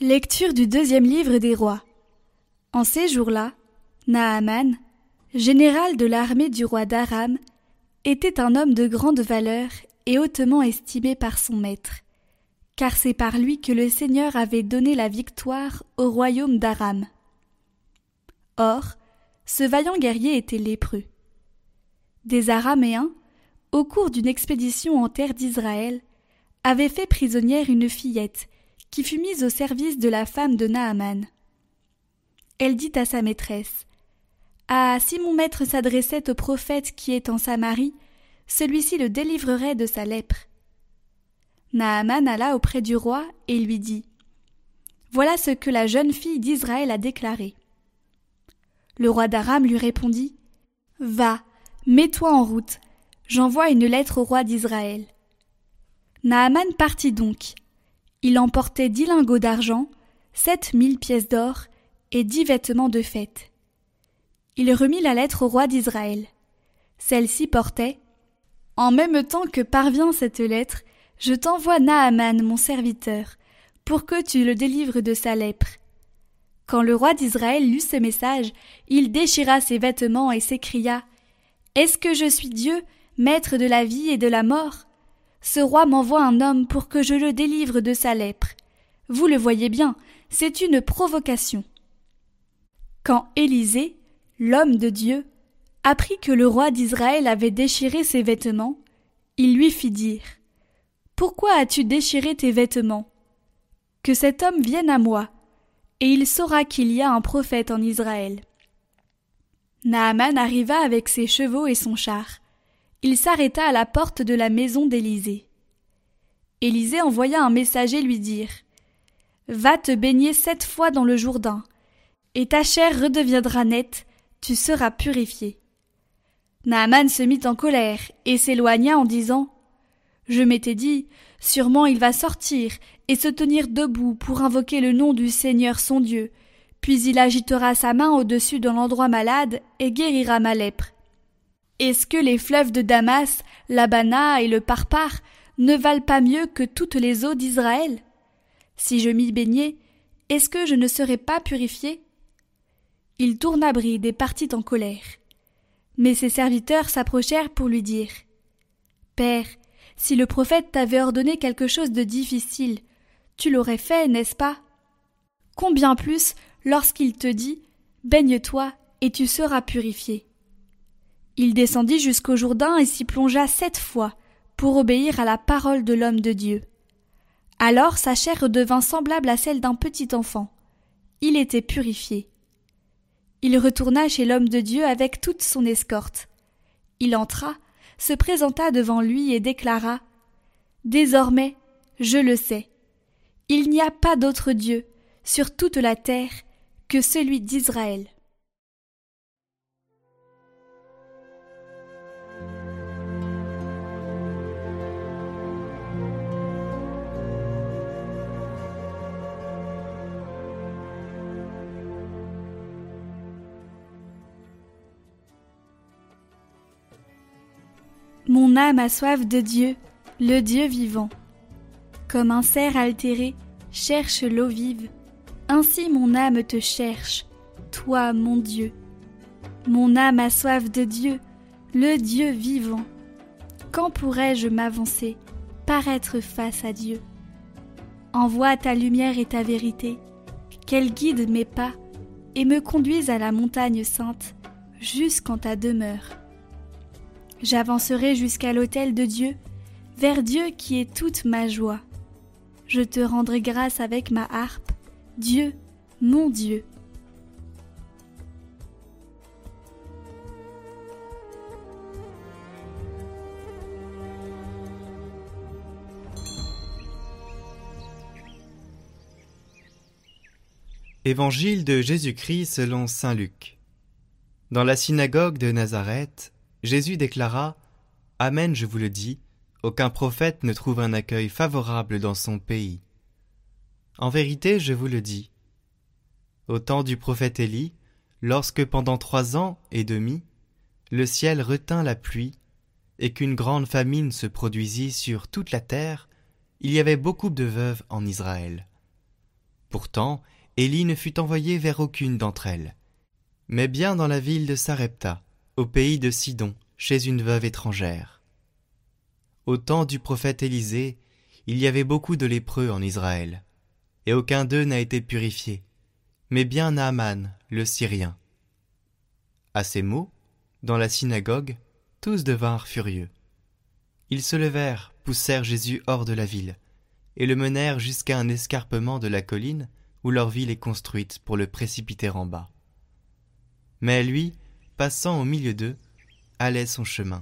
Lecture du 2e livre des rois. En ces jours-là, Naaman, général de l'armée du roi d'Aram, était un homme de grande valeur et hautement estimé par son maître, car c'est par lui que le Seigneur avait donné la victoire au royaume d'Aram. Or, ce vaillant guerrier était lépreux. Des Araméens, au cours d'une expédition en terre d'Israël, avaient fait prisonnière une fillette qui fut mise au service de la femme de Naaman. Elle dit à sa maîtresse : « Ah, si mon maître s'adressait au prophète qui est en Samarie, celui-ci le délivrerait de sa lèpre. » Naaman alla auprès du roi et lui dit : « Voilà ce que la jeune fille d'Israël a déclaré. » Le roi d'Aram lui répondit : « Va, mets-toi en route, j'envoie une lettre au roi d'Israël. » Naaman partit donc. Il emportait 10 lingots d'argent, 7000 pièces d'or et 10 vêtements de fête. Il remit la lettre au roi d'Israël. Celle-ci portait : « En même temps que parvient cette lettre, je t'envoie Naaman, mon serviteur, pour que tu le délivres de sa lèpre. » Quand le roi d'Israël lut ce message, il déchira ses vêtements et s'écria : « Est-ce que je suis Dieu, maître de la vie et de la mort ? Ce roi m'envoie un homme pour que je le délivre de sa lèpre. Vous le voyez bien, c'est une provocation. » Quand Élisée, l'homme de Dieu, apprit que le roi d'Israël avait déchiré ses vêtements, il lui fit dire : « Pourquoi as-tu déchiré tes vêtements ? Que cet homme vienne à moi, et il saura qu'il y a un prophète en Israël. » Naaman arriva avec ses chevaux et son char. Il s'arrêta à la porte de la maison d'Élisée. Élisée envoya un messager lui dire : « Va te baigner 7 fois dans le Jourdain, et ta chair redeviendra nette, tu seras purifié. » Naaman se mit en colère et s'éloigna en disant : « Je m'étais dit, sûrement il va sortir et se tenir debout pour invoquer le nom du Seigneur son Dieu, puis il agitera sa main au-dessus de l'endroit malade et guérira ma lèpre. Est-ce que les fleuves de Damas, l'Abana et le Parpar ne valent pas mieux que toutes les eaux d'Israël ? Si je m'y baignais, est-ce que je ne serais pas purifié ? » Il tourna bride et partit en colère. Mais ses serviteurs s'approchèrent pour lui dire : « Père, si le prophète t'avait ordonné quelque chose de difficile, tu l'aurais fait, n'est-ce pas ? Combien plus lorsqu'il te dit : baigne-toi et tu seras purifié. » Il descendit jusqu'au Jourdain et s'y plongea 7 fois pour obéir à la parole de l'homme de Dieu. Alors sa chair redevint semblable à celle d'un petit enfant. Il était purifié. Il retourna chez l'homme de Dieu avec toute son escorte. Il entra, se présenta devant lui et déclara : « Désormais, je le sais. Il n'y a pas d'autre Dieu sur toute la terre que celui d'Israël. » Mon âme a soif de Dieu, le Dieu vivant. Comme un cerf altéré cherche l'eau vive, ainsi mon âme te cherche, toi mon Dieu. Mon âme a soif de Dieu, le Dieu vivant. Quand pourrais-je m'avancer, paraître face à Dieu ? Envoie ta lumière et ta vérité, qu'elle guide mes pas et me conduise à la montagne sainte, jusqu'en ta demeure. J'avancerai jusqu'à l'autel de Dieu, vers Dieu qui est toute ma joie. Je te rendrai grâce avec ma harpe, Dieu, mon Dieu. Évangile de Jésus-Christ selon saint Luc. Dans la synagogue de Nazareth, Jésus déclara : « Amen, je vous le dis, aucun prophète ne trouve un accueil favorable dans son pays. En vérité, je vous le dis, au temps du prophète Élie, lorsque pendant 3 ans et demi, le ciel retint la pluie et qu'une grande famine se produisit sur toute la terre, il y avait beaucoup de veuves en Israël. Pourtant, Élie ne fut envoyé vers aucune d'entre elles, mais bien dans la ville de Sarepta, au pays de Sidon, chez une veuve étrangère. Au temps du prophète Élisée, il y avait beaucoup de lépreux en Israël, et aucun d'eux n'a été purifié, mais bien Naaman, le Syrien. À ces mots, dans la synagogue, tous devinrent furieux. Ils se levèrent, poussèrent Jésus hors de la ville, et le menèrent jusqu'à un escarpement de la colline où leur ville est construite pour le précipiter en bas. Mais lui, passant au milieu d'eux, allait son chemin.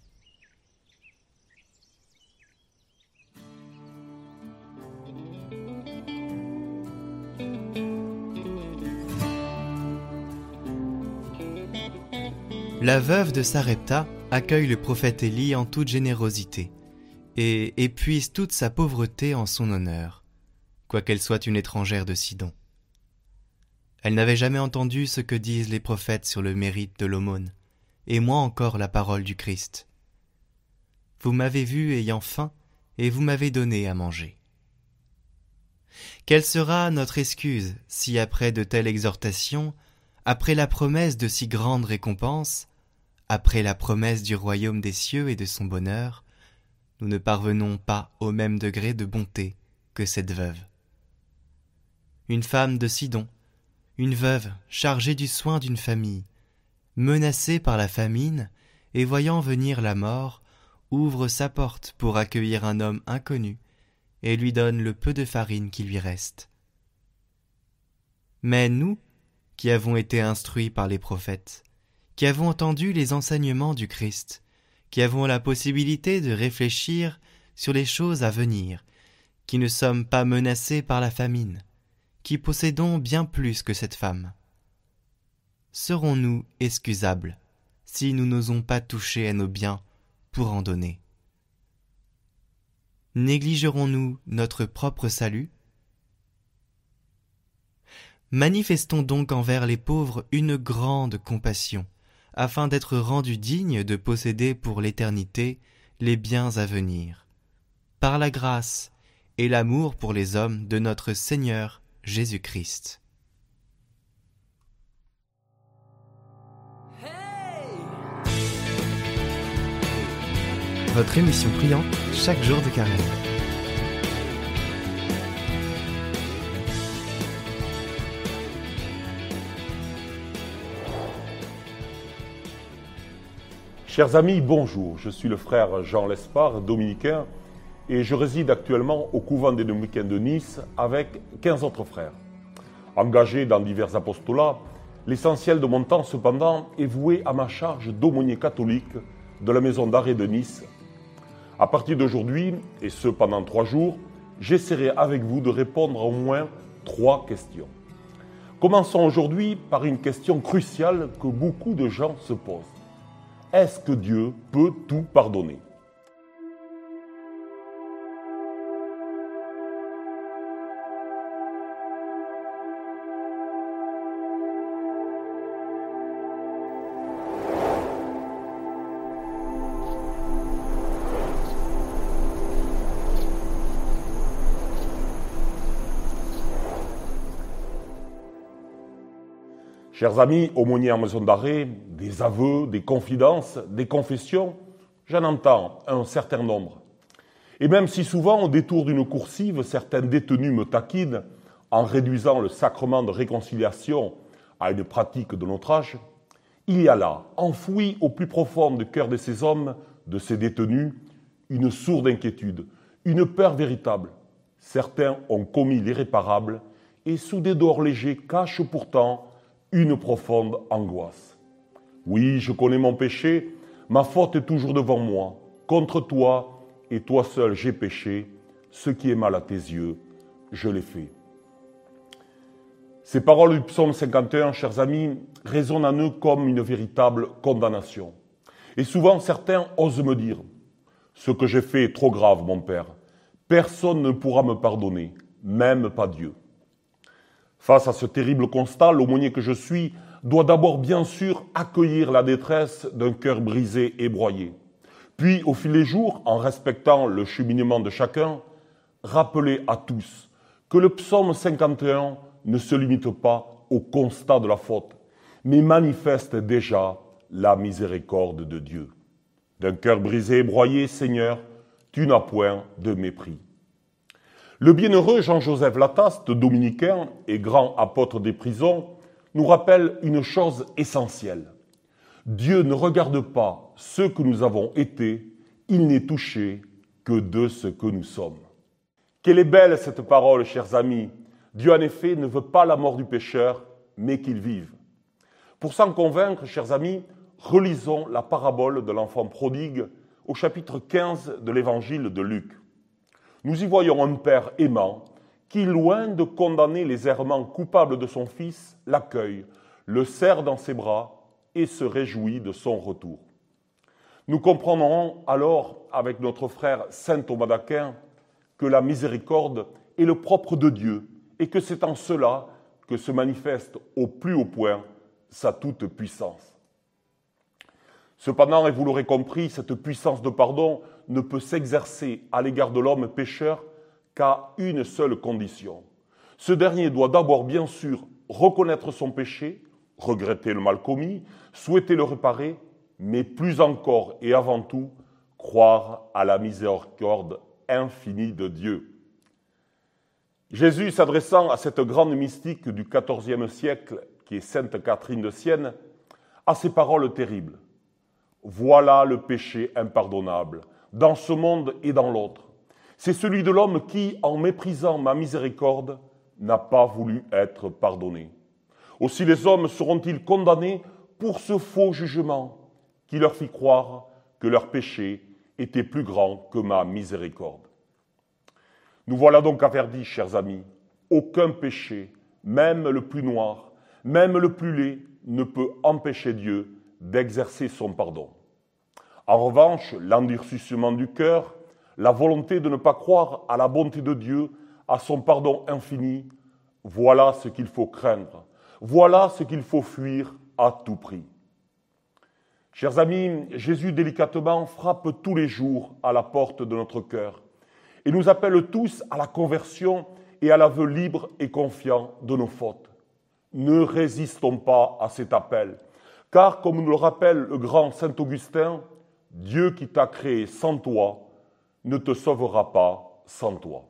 La veuve de Sarepta accueille le prophète Élie en toute générosité et épuise toute sa pauvreté en son honneur, quoiqu'elle soit une étrangère de Sidon. Elle n'avait jamais entendu ce que disent les prophètes sur le mérite de l'aumône, et moins encore la parole du Christ. Vous m'avez vu ayant faim, et vous m'avez donné à manger. Quelle sera notre excuse si après de telles exhortations, après la promesse de si grandes récompenses, après la promesse du royaume des cieux et de son bonheur, nous ne parvenons pas au même degré de bonté que cette veuve. Une femme de Sidon, une veuve chargée du soin d'une famille, menacée par la famine et voyant venir la mort, ouvre sa porte pour accueillir un homme inconnu et lui donne le peu de farine qui lui reste. Mais nous, qui avons été instruits par les prophètes, qui avons entendu les enseignements du Christ, qui avons la possibilité de réfléchir sur les choses à venir, qui ne sommes pas menacés par la famine, qui possédons bien plus que cette femme. Serons-nous excusables si nous n'osons pas toucher à nos biens pour en donner? Négligerons-nous notre propre salut? Manifestons donc envers les pauvres une grande compassion, afin d'être rendus dignes de posséder pour l'éternité les biens à venir, par la grâce et l'amour pour les hommes de notre Seigneur Jésus-Christ. Votre émission priante chaque jour de carême. Chers amis, bonjour. Je suis le frère Jean Lespard, dominicain, et je réside actuellement au couvent des Dominicains de Nice avec 15 autres frères. Engagé dans divers apostolats, l'essentiel de mon temps cependant est voué à ma charge d'aumônier catholique de la maison d'arrêt de Nice. À partir d'aujourd'hui, et ce pendant 3 jours, j'essaierai avec vous de répondre à au moins 3 questions. Commençons aujourd'hui par une question cruciale que beaucoup de gens se posent. Est-ce que Dieu peut tout pardonner ? Chers amis, aumôniers en maison d'arrêt, des aveux, des confidences, des confessions, j'en entends un certain nombre. Et même si souvent, au détour d'une coursive, certains détenus me taquinent en réduisant le sacrement de réconciliation à une pratique de notre âge, il y a là, enfoui au plus profond du cœur de ces hommes, de ces détenus, une sourde inquiétude, une peur véritable. Certains ont commis l'irréparable et sous des dehors légers cachent pourtant une profonde angoisse. Oui, je connais mon péché, ma faute est toujours devant moi. Contre toi et toi seul j'ai péché, ce qui est mal à tes yeux, je l'ai fait. Ces paroles du psaume 51, chers amis, résonnent en eux comme une véritable condamnation. Et souvent, certains osent me dire « Ce que j'ai fait est trop grave, mon Père. Personne ne pourra me pardonner, même pas Dieu. » Face à ce terrible constat, l'aumônier que je suis doit d'abord bien sûr accueillir la détresse d'un cœur brisé et broyé. Puis, au fil des jours, en respectant le cheminement de chacun, rappeler à tous que le psaume 51 ne se limite pas au constat de la faute, mais manifeste déjà la miséricorde de Dieu. D'un cœur brisé et broyé, Seigneur, tu n'as point de mépris. Le bienheureux Jean-Joseph Lataste, dominicain et grand apôtre des prisons, nous rappelle une chose essentielle. Dieu ne regarde pas ce que nous avons été, il n'est touché que de ce que nous sommes. Quelle est belle cette parole, chers amis. Dieu, en effet, ne veut pas la mort du pécheur, mais qu'il vive. Pour s'en convaincre, chers amis, relisons la parabole de l'enfant prodigue au chapitre 15 de l'évangile de Luc. Nous y voyons un père aimant qui, loin de condamner les errements coupables de son fils, l'accueille, le serre dans ses bras et se réjouit de son retour. Nous comprendrons alors, avec notre frère saint Thomas d'Aquin, que la miséricorde est le propre de Dieu et que c'est en cela que se manifeste au plus haut point sa toute puissance. Cependant, et vous l'aurez compris, cette puissance de pardon ne peut s'exercer à l'égard de l'homme pécheur qu'à une seule condition. Ce dernier doit d'abord, bien sûr, reconnaître son péché, regretter le mal commis, souhaiter le réparer, mais plus encore et avant tout, croire à la miséricorde infinie de Dieu. Jésus, s'adressant à cette grande mystique du XIVe siècle, qui est Sainte Catherine de Sienne, a ces paroles terribles. « Voilà le péché impardonnable, dans ce monde et dans l'autre. C'est celui de l'homme qui, en méprisant ma miséricorde, n'a pas voulu être pardonné. Aussi les hommes seront-ils condamnés pour ce faux jugement qui leur fit croire que leur péché était plus grand que ma miséricorde. » Nous voilà donc averdis, chers amis. Aucun péché, même le plus noir, même le plus laid, ne peut empêcher Dieu d'exercer son pardon. En revanche, l'endurcissement du cœur, la volonté de ne pas croire à la bonté de Dieu, à son pardon infini, voilà ce qu'il faut craindre, voilà ce qu'il faut fuir à tout prix. Chers amis, Jésus délicatement frappe tous les jours à la porte de notre cœur et nous appelle tous à la conversion et à l'aveu libre et confiant de nos fautes. Ne résistons pas à cet appel, car comme nous le rappelle le grand Saint Augustin, Dieu qui t'a créé sans toi ne te sauvera pas sans toi.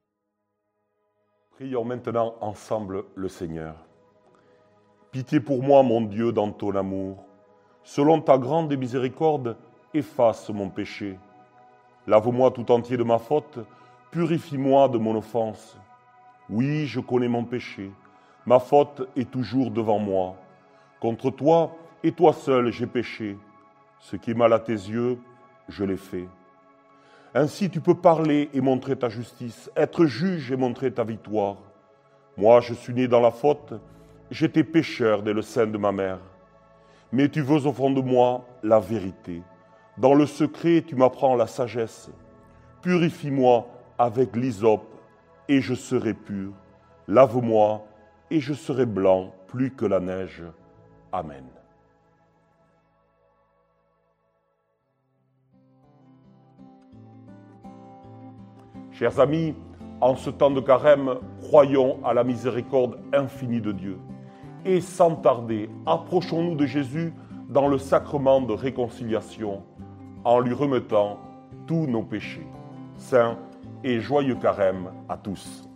Prions maintenant ensemble le Seigneur. Pitié pour moi, mon Dieu, dans ton amour. Selon ta grande miséricorde, efface mon péché. Lave-moi tout entier de ma faute, purifie-moi de mon offense. Oui, je connais mon péché. Ma faute est toujours devant moi. Contre toi et toi seul j'ai péché. Ce qui est mal à tes yeux, je l'ai fait. Ainsi tu peux parler et montrer ta justice, être juge et montrer ta victoire. Moi, je suis né dans la faute, j'étais pécheur dès le sein de ma mère. Mais tu veux au fond de moi la vérité. Dans le secret, tu m'apprends la sagesse. Purifie-moi avec l'hysope et je serai pur. Lave-moi et je serai blanc plus que la neige. Amen. Chers amis, en ce temps de carême, croyons à la miséricorde infinie de Dieu. Et sans tarder, approchons-nous de Jésus dans le sacrement de réconciliation, en lui remettant tous nos péchés. Saint et joyeux carême à tous.